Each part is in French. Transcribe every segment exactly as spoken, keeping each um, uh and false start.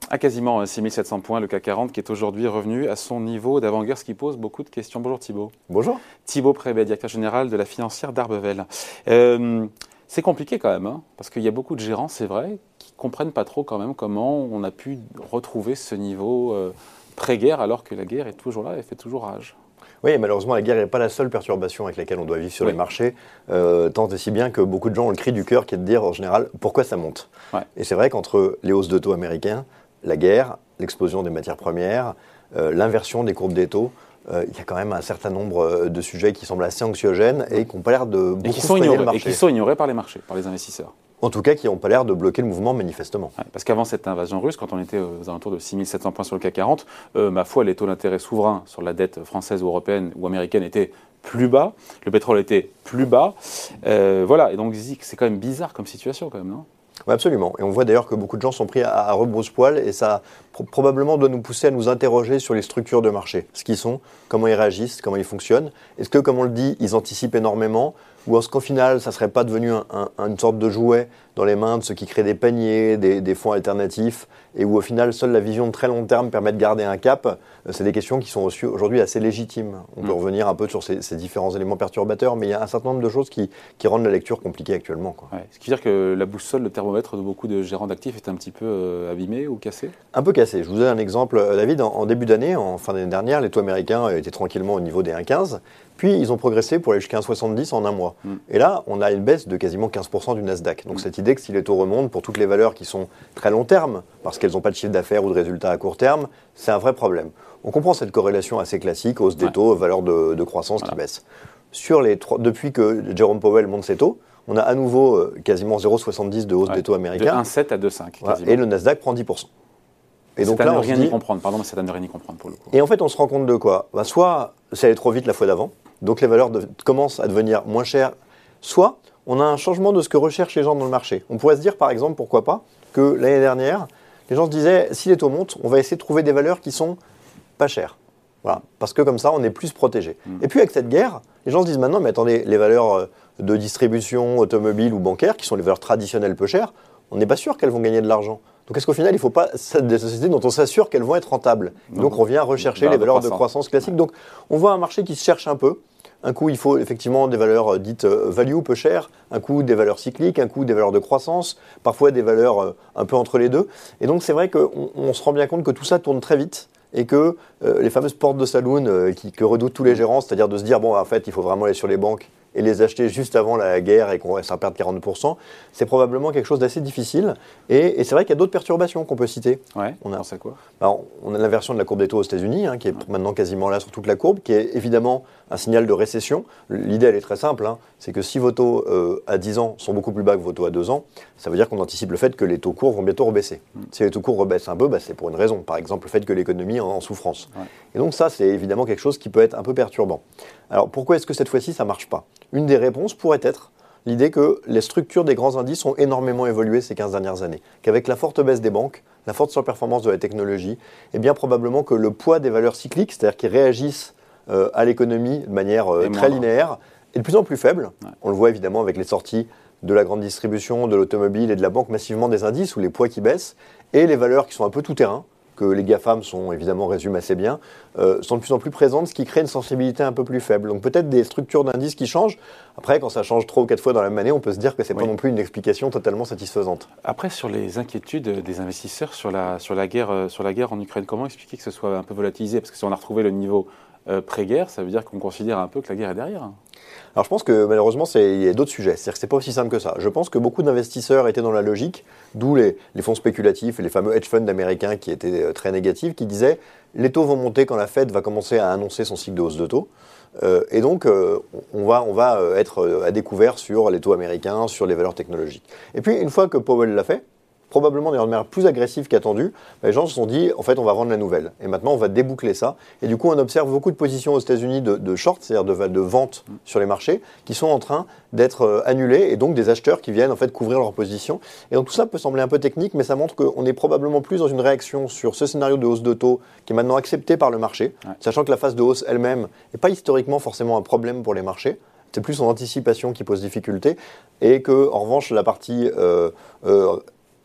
À quasiment six mille sept cents points, le C A C quarante qui est aujourd'hui revenu à son niveau d'avant-guerre, ce qui pose beaucoup de questions. Bonjour Thibault. Bonjour. Thibault Prébet, directeur général de la financière d'Arbevel. Euh, c'est compliqué quand même, hein, parce qu'il y a beaucoup de gérants, c'est vrai, qui ne comprennent pas trop quand même comment on a pu retrouver ce niveau euh, pré-guerre alors que la guerre est toujours là et fait toujours rage. Oui, malheureusement, la guerre n'est pas la seule perturbation avec laquelle on doit vivre sur oui. les marchés, euh, tant et si bien que beaucoup de gens ont le cri du cœur qui est de dire en général pourquoi ça monte. Ouais. Et c'est vrai qu'entre les hausses de taux américains, la guerre, l'explosion des matières premières, euh, l'inversion des courbes des taux, euh, il y a quand même un certain nombre de sujets qui semblent assez anxiogènes et qui n'ont pas l'air de beaucoup et qui sont freiner ignorés, le marché. Et qui sont ignorés par les marchés, par les investisseurs. En tout cas, qui n'ont pas l'air de bloquer le mouvement manifestement. Ouais, parce qu'avant cette invasion russe, quand on était aux alentours de six mille sept cents points sur le C A C quarante, euh, ma foi, les taux d'intérêt souverains sur la dette française ou européenne ou américaine étaient plus bas, le pétrole était plus bas. Euh, voilà, et donc c'est quand même bizarre comme situation quand même, non ? Oui, absolument. Et on voit d'ailleurs que beaucoup de gens sont pris à, à rebrousse-poil et ça pr- probablement doit nous pousser à nous interroger sur les structures de marché. Ce qu'ils sont, comment ils réagissent, comment ils fonctionnent. Est-ce que, comme on le dit, ils anticipent énormément ou est-ce qu'au final, ça ne serait pas devenu un, un, une sorte de jouet dans les mains de ceux qui créent des paniers, des, des fonds alternatifs et où au final, seule la vision de très long terme permet de garder un cap? C'est des questions qui sont aussi aujourd'hui assez légitimes. On peut mmh. revenir un peu sur ces, ces différents éléments perturbateurs, mais il y a un certain nombre de choses qui, qui rendent la lecture compliquée actuellement, quoi. Ouais. Ce qui veut dire que la boussole, le thermomètre de beaucoup de gérants d'actifs est un petit peu euh, abîmé ou cassé? Un peu cassé. Je vous donne un exemple, David. En, en début d'année, en fin d'année dernière, les taux américains étaient tranquillement au niveau des un virgule quinze. Puis, ils ont progressé pour aller jusqu'à un virgule soixante-dix en un mois. Mm. Et là, on a une baisse de quasiment quinze pour cent du Nasdaq. Donc, mm. cette idée que si les taux remontent pour toutes les valeurs qui sont très long terme, parce qu'elles n'ont pas de chiffre d'affaires ou de résultats à court terme, c'est un vrai problème. On comprend cette corrélation assez classique, hausse des ouais. taux, valeur de, de croissance voilà. qui baisse. Sur les trois, depuis que Jérôme Powell monte ses taux, on a à nouveau euh, quasiment zéro virgule soixante-dix de hausse ouais. des taux américains. De un virgule sept à deux virgule cinq. Voilà. Et le Nasdaq prend dix pour cent. Et donc là, on rien y comprendre. Pardon, mais c'est à ne rien y comprendre pour le coup. Et en fait, on se rend compte de quoi? Ben, soit c'est allé trop vite la fois d'avant, donc les valeurs de, commencent à devenir moins chères, soit on a un changement de ce que recherchent les gens dans le marché. On pourrait se dire, par exemple, pourquoi pas, que l'année dernière, les gens se disaient, si les taux montent, on va essayer de trouver des valeurs qui sont pas chères. Voilà. Parce que comme ça, on est plus protégé. Mmh. Et puis avec cette guerre, les gens se disent maintenant, mais attendez, les valeurs de distribution automobile ou bancaire, qui sont les valeurs traditionnelles peu chères, on n'est pas sûr qu'elles vont gagner de l'argent. Donc est-ce qu'au final, il ne faut pas des sociétés dont on s'assure qu'elles vont être rentables? Donc, donc on revient rechercher les valeurs de croissance classiques. Ouais. Donc on voit un marché qui se cherche un peu. Un coup, il faut effectivement des valeurs dites value, peu chères. Un coup, des valeurs cycliques. Un coup, des valeurs de croissance. Parfois, des valeurs un peu entre les deux. Et donc c'est vrai qu'on on se rend bien compte que tout ça tourne très vite. Et que euh, les fameuses portes de saloon euh, qui, que redoutent tous les gérants, c'est-à-dire de se dire, bon, en fait, il faut vraiment aller sur les banques et les acheter juste avant la guerre et qu'on va s'en perdre quarante pour cent, c'est probablement quelque chose d'assez difficile. Et, et c'est vrai qu'il y a d'autres perturbations qu'on peut citer. Ouais, on a, c'est quoi? Alors, on a l'inversion de la courbe des taux aux États-Unis, hein, qui est ouais. maintenant quasiment là sur toute la courbe, qui est évidemment un signal de récession. L'idée, elle est très simple, hein, c'est que si vos taux euh, à dix ans sont beaucoup plus bas que vos taux à deux ans, ça veut dire qu'on anticipe le fait que les taux courts vont bientôt rebaisser. Mm. Si les taux courts rebaissent un peu, bah, c'est pour une raison. Par exemple, le fait que l'économie est en souffrance. Ouais. Et donc ça, c'est évidemment quelque chose qui peut être un peu perturbant. Alors, pourquoi est-ce que cette fois-ci, ça ne marche pas? Une des réponses pourrait être l'idée que les structures des grands indices ont énormément évolué ces quinze dernières années. Qu'avec la forte baisse des banques, la forte surperformance de la technologie, eh bien probablement que le poids des valeurs cycliques, c'est-à-dire qui réagissent euh, à l'économie de manière euh, très linéaire, est de plus en plus faible. Ouais. On le voit évidemment avec les sorties de la grande distribution, de l'automobile et de la banque, massivement des indices, où les poids qui baissent, et les valeurs qui sont un peu tout-terrain, que les GAFAM sont évidemment résument assez bien, euh, sont de plus en plus présentes, ce qui crée une sensibilité un peu plus faible. Donc peut-être des structures d'indices qui changent. Après, quand ça change trois ou quatre fois dans la même année, on peut se dire que ce n'est oui. pas non plus une explication totalement satisfaisante. Après, sur les inquiétudes des investisseurs sur la, sur la, guerre, sur la guerre en Ukraine, comment expliquer que ce soit un peu volatilisé? Parce que si on a retrouvé le niveau euh, pré-guerre, ça veut dire qu'on considère un peu que la guerre est derrière. Alors je pense que malheureusement, il y a d'autres sujets. C'est-à-dire que ce n'est pas aussi simple que ça. Je pense que beaucoup d'investisseurs étaient dans la logique, d'où les, les fonds spéculatifs et les fameux hedge funds américains qui étaient très négatifs, qui disaient les taux vont monter quand la Fed va commencer à annoncer son cycle de hausse de taux. Euh, et donc, euh, on va, on va être à découvert sur les taux américains, sur les valeurs technologiques. Et puis, une fois que Powell l'a fait, probablement d'ailleurs de manière plus agressive qu'attendue, les gens se sont dit, en fait, on va vendre la nouvelle. Et maintenant, on va déboucler ça. Et du coup, on observe beaucoup de positions aux États-Unis de, de short, c'est-à-dire de, de vente sur les marchés, qui sont en train d'être annulées, et donc des acheteurs qui viennent en fait couvrir leurs positions. Et donc tout ça peut sembler un peu technique, mais ça montre qu'on est probablement plus dans une réaction sur ce scénario de hausse de taux qui est maintenant accepté par le marché, ouais. sachant que la phase de hausse elle-même n'est pas historiquement forcément un problème pour les marchés. C'est plus en anticipation qui pose difficulté, et que, en revanche, la partie euh, euh,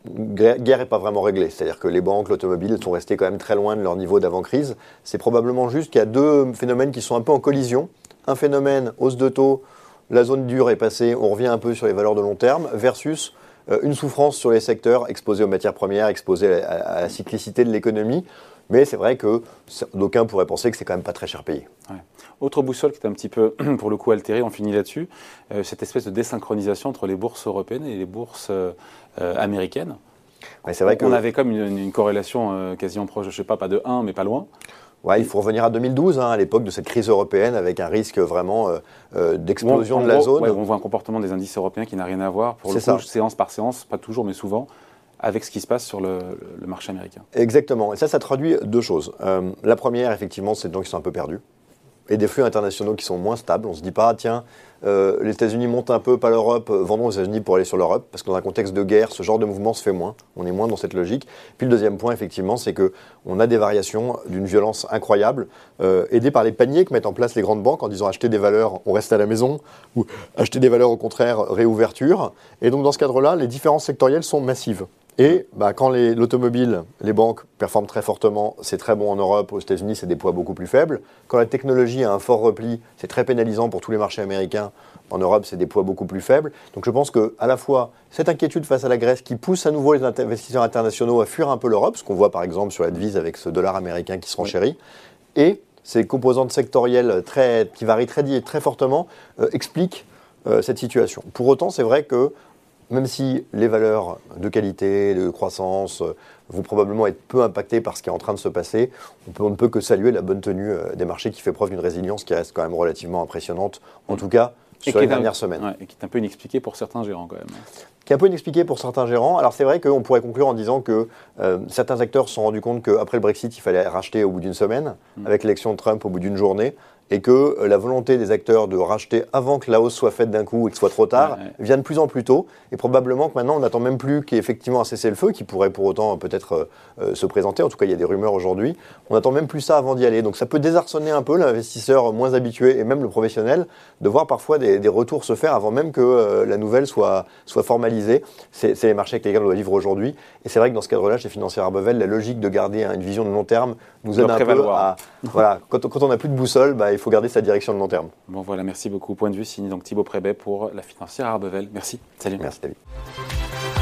guerre n'est pas vraiment réglée. C'est-à-dire que les banques, l'automobile sont restées quand même très loin de leur niveau d'avant-crise. C'est probablement juste qu'il y a deux phénomènes qui sont un peu en collision. Un phénomène, hausse de taux, la zone dure est passée, on revient un peu sur les valeurs de long terme, versus euh, une souffrance sur les secteurs exposés aux matières premières, exposés à, à la cyclicité de l'économie. Mais c'est vrai que d'aucuns pourraient penser que c'est quand même pas très cher payé. Ouais. Autre boussole qui est un petit peu, pour le coup, altérée, on finit là-dessus, euh, cette espèce de désynchronisation entre les bourses européennes et les bourses euh, euh, américaines. Ouais, c'est vrai on que... avait comme une, une corrélation euh, quasiment proche, je ne sais pas, pas de un, mais pas loin. Ouais, il faut revenir à deux mille douze, hein, à l'époque de cette crise européenne, avec un risque vraiment euh, euh, d'explosion on, de la gros, zone. Ouais, on voit un comportement des indices européens qui n'a rien à voir, pour le coup, ça. séance par séance, pas toujours, mais souvent, avec ce qui se passe sur le, le marché américain. Exactement. Et ça, ça traduit deux choses. Euh, la première, effectivement, c'est des gens qui sont un peu perdus. Et des flux internationaux qui sont moins stables. On ne se dit pas, ah, tiens, euh, les États-Unis montent un peu, pas l'Europe, euh, vendons aux États-Unis pour aller sur l'Europe. Parce que dans un contexte de guerre, ce genre de mouvement se fait moins. On est moins dans cette logique. Puis le deuxième point, effectivement, c'est qu'on a des variations d'une violence incroyable, euh, aidées par les paniers que mettent en place les grandes banques en disant acheter des valeurs, on reste à la maison, ou acheter des valeurs, au contraire, réouverture. Et donc, dans ce cadre-là, les différences sectorielles sont massives. Et bah, quand les, l'automobile, les banques performent très fortement, c'est très bon en Europe, aux États-Unis, c'est des poids beaucoup plus faibles. Quand la technologie a un fort repli, c'est très pénalisant pour tous les marchés américains. En Europe, c'est des poids beaucoup plus faibles. Donc je pense qu'à la fois, cette inquiétude face à la Grèce qui pousse à nouveau les investisseurs internationaux à fuir un peu l'Europe, ce qu'on voit par exemple sur la devise avec ce dollar américain qui se renchérit, et ces composantes sectorielles très, qui varient très, très fortement, euh, expliquent euh, cette situation. Pour autant, c'est vrai que même si les valeurs de qualité, de croissance euh, vont probablement être peu impactées par ce qui est en train de se passer, on, peut, on ne peut que saluer la bonne tenue euh, des marchés qui fait preuve d'une résilience qui reste quand même relativement impressionnante, en tout cas sur les dernières semaines. Ouais, et qui est un peu inexpliquée pour certains gérants quand même. Qui est un peu inexpliqué pour certains gérants. Alors c'est vrai qu'on pourrait conclure en disant que euh, certains acteurs se sont rendus compte qu'après le Brexit, il fallait racheter au bout d'une semaine, mmh. avec l'élection de Trump au bout d'une journée, et que euh, la volonté des acteurs de racheter avant que la hausse soit faite d'un coup et que ce soit trop tard ouais, ouais. vient de plus en plus tôt. Et probablement que maintenant, on n'attend même plus qu'il y ait effectivement un cessez-le-feu qui pourrait pour autant peut-être euh, se présenter. En tout cas, il y a des rumeurs aujourd'hui. On n'attend même plus ça avant d'y aller. Donc ça peut désarçonner un peu l'investisseur moins habitué et même le professionnel de voir parfois des, des retours se faire avant même que euh, la nouvelle soit, soit formalisée. C'est, c'est les marchés avec lesquels on doit vivre aujourd'hui. Et c'est vrai que dans ce cadre-là, chez Financière Arbevel, la logique de garder une vision de long terme nous aide un peu à... voilà, quand, quand on n'a plus de boussole, bah, il faut garder sa direction de long terme. Bon voilà, merci beaucoup. Point de vue signé donc Thibaut Prébet pour la Financière Arbevel. Merci. Salut. Merci David.